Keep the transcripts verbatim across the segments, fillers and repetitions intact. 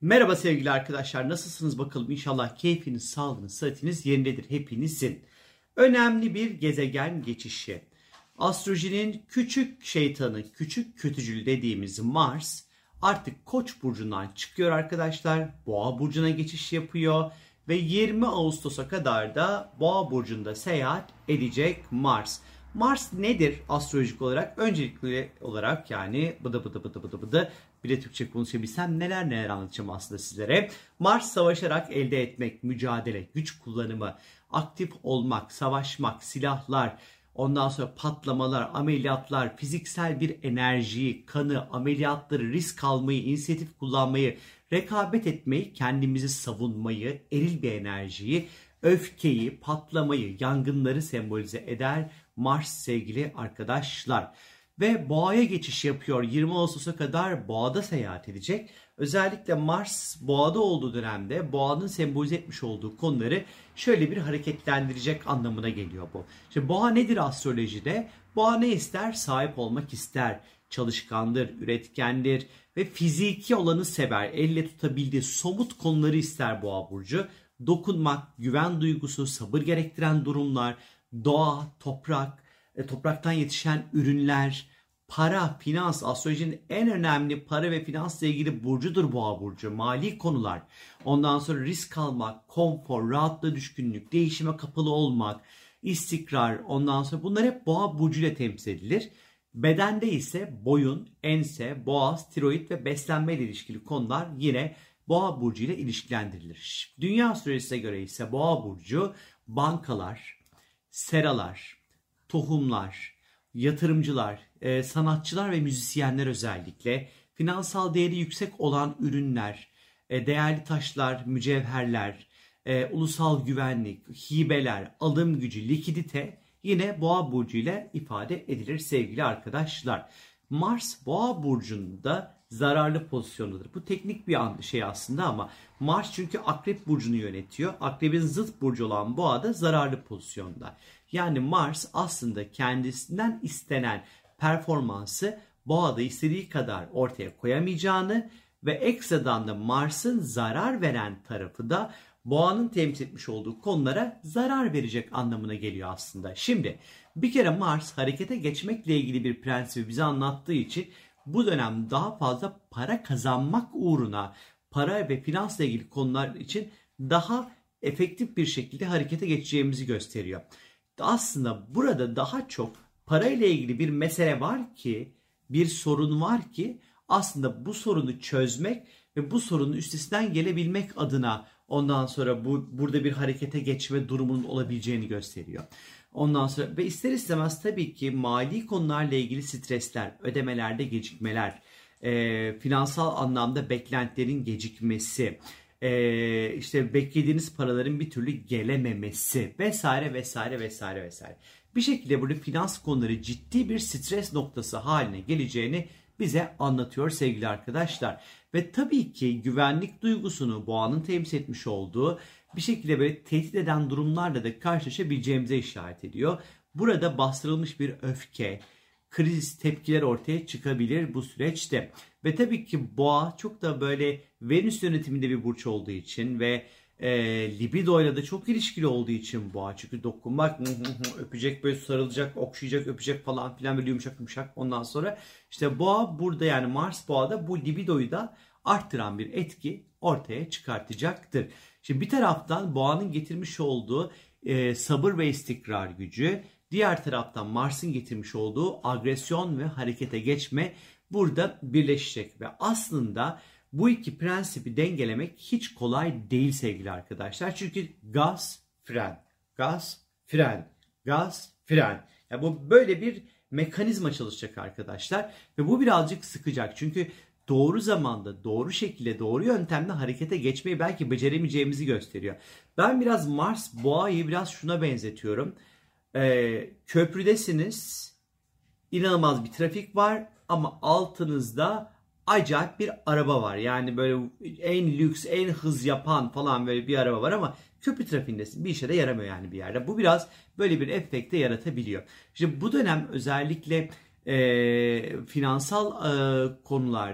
Merhaba sevgili arkadaşlar, nasılsınız bakalım? İnşallah keyfiniz, sağlığınız, sıhhatiniz yerindedir hepinizin. Önemli bir gezegen geçişi. Astrolojinin küçük şeytanı, küçük kötücül dediğimiz Mars artık Koç burcundan çıkıyor arkadaşlar. Boğa burcuna geçiş yapıyor ve yirmi Ağustos'a kadar da Boğa burcunda seyahat edecek Mars. Mars nedir astrolojik olarak? Öncelikli olarak yani bıdı bıdı bıdı bıdı bıdı bir de Türkçe konuşabilsem neler neler anlatacağım aslında sizlere. Mars savaşarak elde etmek, mücadele, güç kullanımı, aktif olmak, savaşmak, silahlar, ondan sonra patlamalar, ameliyatlar, fiziksel bir enerjiyi, kanı, ameliyatları, risk almayı, inisiyatif kullanmayı, rekabet etmeyi, kendimizi savunmayı, eril bir enerjiyi, öfkeyi, patlamayı, yangınları sembolize eder Mars sevgili arkadaşlar. Ve Boğa'ya geçiş yapıyor. yirmi Ağustos'a kadar Boğa'da seyahat edecek. Özellikle Mars Boğa'da olduğu dönemde Boğa'nın sembolize etmiş olduğu konuları şöyle bir hareketlendirecek anlamına geliyor bu. Şimdi Boğa nedir astrolojide? Boğa ne ister? Sahip olmak ister. Çalışkandır, üretkendir ve fiziki olanı sever. Elle tutabildiği somut konuları ister Boğa burcu. Dokunmak, güven duygusu, sabır gerektiren durumlar, doğa, toprak, topraktan yetişen ürünler, para, finans, astrolojinin en önemli para ve finansla ilgili burcudur Boğa burcu. Mali konular. Ondan sonra risk almak, konfor, rahatlığa düşkünlük, değişime kapalı olmak, istikrar, ondan sonra bunlar hep Boğa burcuyla temsil edilir. Bedende ise boyun, ense, boğaz, tiroid ve beslenme ile ilişkili konular yine Boğa burcu ile ilişkilendirilir. Dünya astrolojisine göre ise Boğa burcu bankalar, seralar, tohumlar, yatırımcılar, e, sanatçılar ve müzisyenler özellikle finansal değeri yüksek olan ürünler, e, değerli taşlar, mücevherler, e, ulusal güvenlik, hibeler, alım gücü, likidite yine Boğa burcu ile ifade edilir sevgili arkadaşlar. Mars Boğa burcunda zararlı pozisyondadır. Bu teknik bir şey aslında ama Mars çünkü Akrep burcunu yönetiyor. Akrebin zıt burcu olan Boğa da zararlı pozisyonda. Yani Mars aslında kendisinden istenen performansı Boğa'da istediği kadar ortaya koyamayacağını ve ekstradan da Mars'ın zarar veren tarafı da Boğa'nın temsil etmiş olduğu konulara zarar verecek anlamına geliyor aslında. Şimdi bir kere Mars harekete geçmekle ilgili bir prensibi bize anlattığı için bu dönem daha fazla para kazanmak uğruna para ve finansla ilgili konular için daha efektif bir şekilde harekete geçeceğimizi gösteriyor. Aslında burada daha çok parayla ilgili bir mesele var ki, bir sorun var ki aslında bu sorunu çözmek ve bu sorunun üstesinden gelebilmek adına ondan sonra bu burada bir harekete geçme durumunun olabileceğini gösteriyor. Ondan sonra ve ister istemez tabii ki mali konularla ilgili stresler, ödemelerde gecikmeler, e, finansal anlamda beklentilerin gecikmesi, e, işte beklediğiniz paraların bir türlü gelememesi vesaire vesaire vesaire vesaire. Bir şekilde burada finans konuları ciddi bir stres noktası haline geleceğini bize anlatıyor sevgili arkadaşlar. Ve tabii ki güvenlik duygusunu Boğa'nın temsil etmiş olduğu bir şekilde böyle tehdit eden durumlarla da karşılaşabileceğimize işaret ediyor. Burada bastırılmış bir öfke, kriz, tepkiler ortaya çıkabilir bu süreçte. Ve tabii ki Boğa çok da böyle Venüs yönetiminde bir burç olduğu için ve e, libidoyla da çok ilişkili olduğu için Boğa. Çünkü dokunmak, öpecek, böyle sarılacak, okşayacak, öpecek falan filan böyle yumuşak yumuşak. Ondan sonra işte Boğa burada, yani Mars Boğa'da bu libidoyu da arttıran bir etki ortaya çıkartacaktır. Şimdi bir taraftan Boğa'nın getirmiş olduğu e, sabır ve istikrar gücü, diğer taraftan Mars'ın getirmiş olduğu agresyon ve harekete geçme burada birleşecek ve aslında bu iki prensibi dengelemek hiç kolay değil sevgili arkadaşlar. Çünkü gaz, fren, gaz, fren, gaz, fren. Yani bu böyle bir mekanizma çalışacak arkadaşlar ve bu birazcık sıkacak. Çünkü doğru zamanda, doğru şekilde, doğru yöntemle harekete geçmeyi belki beceremeyeceğimizi gösteriyor. Ben biraz Mars Boğa'yı biraz şuna benzetiyorum. Ee, köprüdesiniz, inanılmaz bir trafik var ama altınızda acayip bir araba var. Yani böyle en lüks, en hız yapan falan böyle bir araba var ama köprü trafiğindesin. Bir işe de yaramıyor yani bir yerde. Bu biraz böyle bir efekte yaratabiliyor. Şimdi bu dönem özellikle e, finansal e, konularda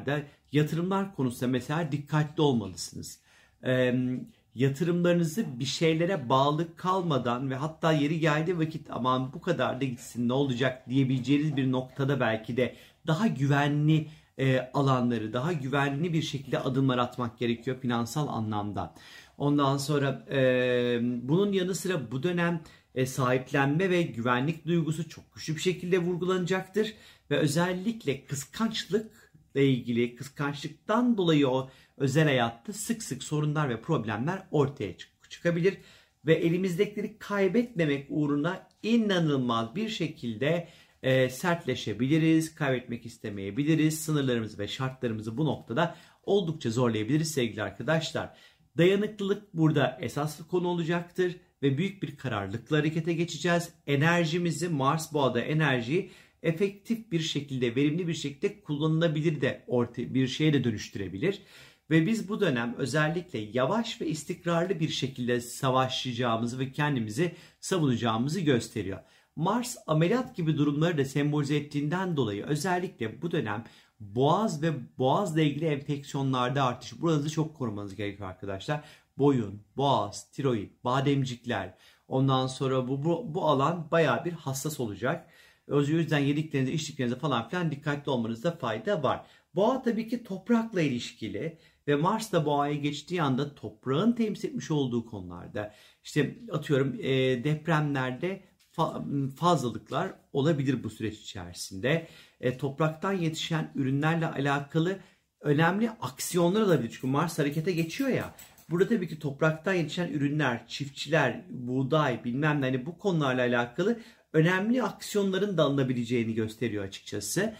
Yatırımlar konusunda mesela dikkatli olmalısınız. Ee, yatırımlarınızı bir şeylere bağlı kalmadan ve hatta yeri geldiği vakit aman bu kadar da gitsin ne olacak diyebileceğiniz bir noktada belki de daha güvenli e, alanları, daha güvenli bir şekilde adımlar atmak gerekiyor finansal anlamda. Ondan sonra e, bunun yanı sıra bu dönem e, sahiplenme ve güvenlik duygusu çok güçlü bir şekilde vurgulanacaktır. Ve özellikle kıskançlıkla ilgili, kıskançlıktan dolayı o özel hayatta sık sık sorunlar ve problemler ortaya çık- çıkabilir. Ve elimizdekileri kaybetmemek uğruna inanılmaz bir şekilde e, sertleşebiliriz, kaybetmek istemeyebiliriz. Sınırlarımızı ve şartlarımızı bu noktada oldukça zorlayabiliriz sevgili arkadaşlar. Dayanıklılık burada esaslı konu olacaktır ve büyük bir kararlılıkla harekete geçeceğiz. Enerjimizi, Mars Boğa'da enerjiyi efektif bir şekilde, verimli bir şekilde kullanılabilir de ortaya bir şeye de dönüştürebilir. Ve biz bu dönem özellikle yavaş ve istikrarlı bir şekilde savaşacağımızı ve kendimizi savunacağımızı gösteriyor. Mars ameliyat gibi durumları da sembolize ettiğinden dolayı özellikle bu dönem boğaz ve boğazla ilgili enfeksiyonlarda artış. Buranızı çok korumanız gerekiyor arkadaşlar. Boyun, boğaz, tiroid, bademcikler. Ondan sonra bu, bu, bu alan bayağı bir hassas olacak. O yüzden yediklerinize, içtiklerinize falan filan dikkatli olmanızda fayda var. Boğa tabii ki toprakla ilişkili ve Mars da Boğa'ya geçtiği anda toprağın temsil etmiş olduğu konularda işte atıyorum e, depremlerde fa- fazlalıklar olabilir bu süreç içerisinde. E, topraktan yetişen ürünlerle alakalı önemli aksiyonlar olabilir. Çünkü Mars harekete geçiyor ya. Burada tabii ki topraktan yetişen ürünler, çiftçiler, buğday bilmem ne hani bu konularla alakalı önemli aksiyonların da alınabileceğini gösteriyor açıkçası.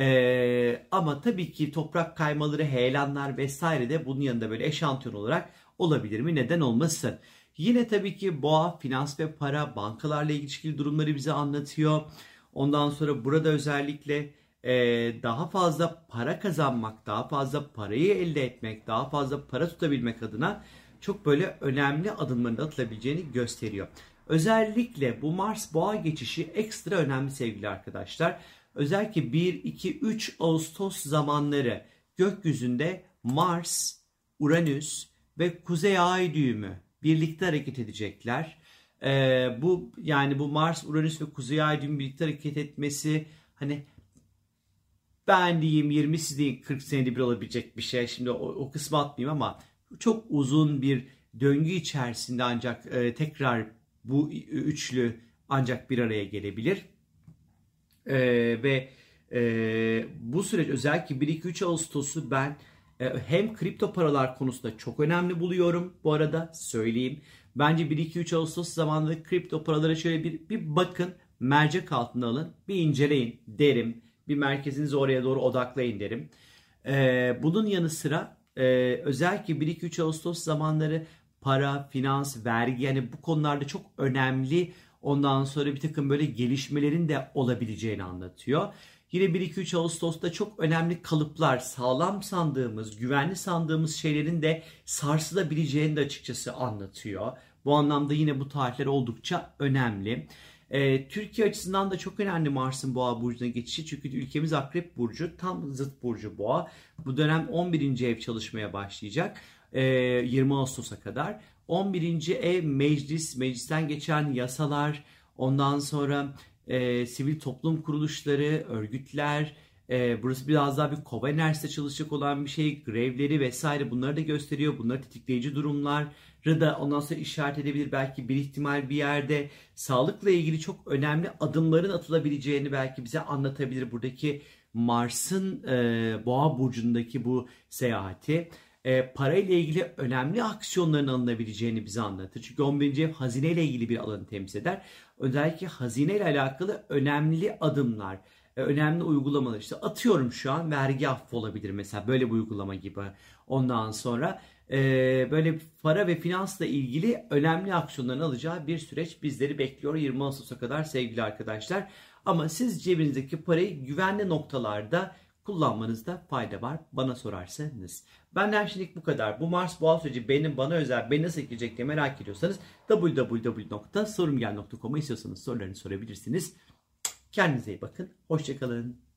Ee, ama tabii ki toprak kaymaları, heyelanlar vesaire de bunun yanında böyle eşantiyon olarak olabilir mi? Neden olmasın? Yine tabii ki boğa, finans ve para, bankalarla ilişkili durumları bize anlatıyor. Ondan sonra burada özellikle e, daha fazla para kazanmak, daha fazla parayı elde etmek, daha fazla para tutabilmek adına çok böyle önemli adımların atılabileceğini gösteriyor. Özellikle bu Mars Boğa geçişi ekstra önemli sevgili arkadaşlar. Özellikle bir, iki, üç Ağustos zamanları gökyüzünde Mars, Uranüs ve Kuzey Ay düğümü birlikte hareket edecekler. Ee, bu yani bu Mars, Uranüs ve Kuzey Ay düğümü birlikte hareket etmesi hani ben diyeyim yirmi siz deyin kırk senede bir olabilecek bir şey. Şimdi o, o kısmı atmayayım ama çok uzun bir döngü içerisinde ancak e, tekrar bu üçlü ancak bir araya gelebilir. Ee, ve e, bu süreç özellikle bir iki üç Ağustos'u ben e, hem kripto paralar konusunda çok önemli buluyorum. Bu arada söyleyeyim. Bence bir iki üç Ağustos zamanında kripto paralara şöyle bir, bir bakın. Mercek altına alın. Bir inceleyin derim. Bir merkezinizi oraya doğru odaklayın derim. Ee, bunun yanı sıra e, özellikle bir iki üç Ağustos zamanları para, finans, vergi yani bu konularda çok önemli ondan sonra bir takım böyle gelişmelerin de olabileceğini anlatıyor. Yine bir iki üç Ağustos'ta çok önemli kalıplar, sağlam sandığımız, güvenli sandığımız şeylerin de sarsılabileceğini de açıkçası anlatıyor. Bu anlamda yine bu tarihler oldukça önemli. Ee, Türkiye açısından da çok önemli Mars'ın Boğa burcuna geçişi. Çünkü ülkemiz Akrep burcu, tam zıt burcu Boğa. Bu dönem on birinci ev çalışmaya başlayacak. Ee, yirmi Ağustos'a kadar. on birinci ev meclis, meclisten geçen yasalar, ondan sonra e, sivil toplum kuruluşları, örgütler, e, burası biraz daha bir kova enerjisinde çalışacak olan bir şey, grevleri vesaire bunları da gösteriyor. Bunlar tetikleyici durumlar da ondan sonra işaret edebilir. Belki bir ihtimal bir yerde sağlıkla ilgili çok önemli adımların atılabileceğini belki bize anlatabilir. Buradaki Mars'ın e, Boğa burcundaki bu seyahati. E, parayla ilgili önemli aksiyonların alınabileceğini bize anlatır. Çünkü on birinci ev hazineyle ilgili bir alanı temsil eder. Özellikle hazineyle alakalı önemli adımlar, e, önemli uygulamalar. İşte atıyorum şu an vergi affı olabilir mesela böyle bir uygulama gibi. Ondan sonra e, böyle para ve finansla ilgili önemli aksiyonların alacağı bir süreç bizleri bekliyor yirmi Ağustos'a kadar sevgili arkadaşlar. Ama siz cebinizdeki parayı güvenli noktalarda kullanmanızda fayda var bana sorarsanız. Benden şimdilik bu kadar. Bu Mars Boğa süreci benim bana özel, beni nasıl etkileyecek diye merak ediyorsanız double-u double-u double-u nokta sorumgel nokta com'a istiyorsanız sorularını sorabilirsiniz. Kendinize iyi bakın. Hoşçakalın.